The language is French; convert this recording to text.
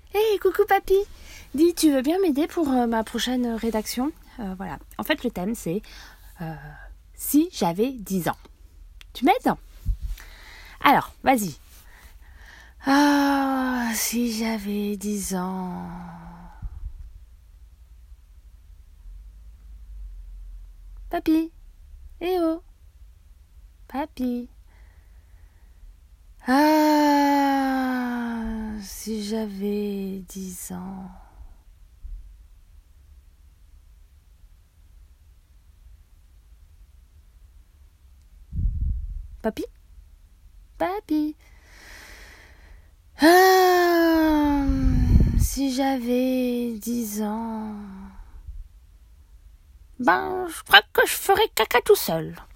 Hey, coucou papy. Dis, tu veux bien m'aider pour ma prochaine rédaction? Voilà. En fait, le thème, c'est si j'avais 10 ans. Tu m'aides? Alors, vas-y. Ah, si j'avais 10 ans. Papy. Eh oh. Papy. Ah, si j'avais 10 ans. Papy? Papy. Ah, si j'avais 10 ans. Ben, je crois que je ferais caca tout seul.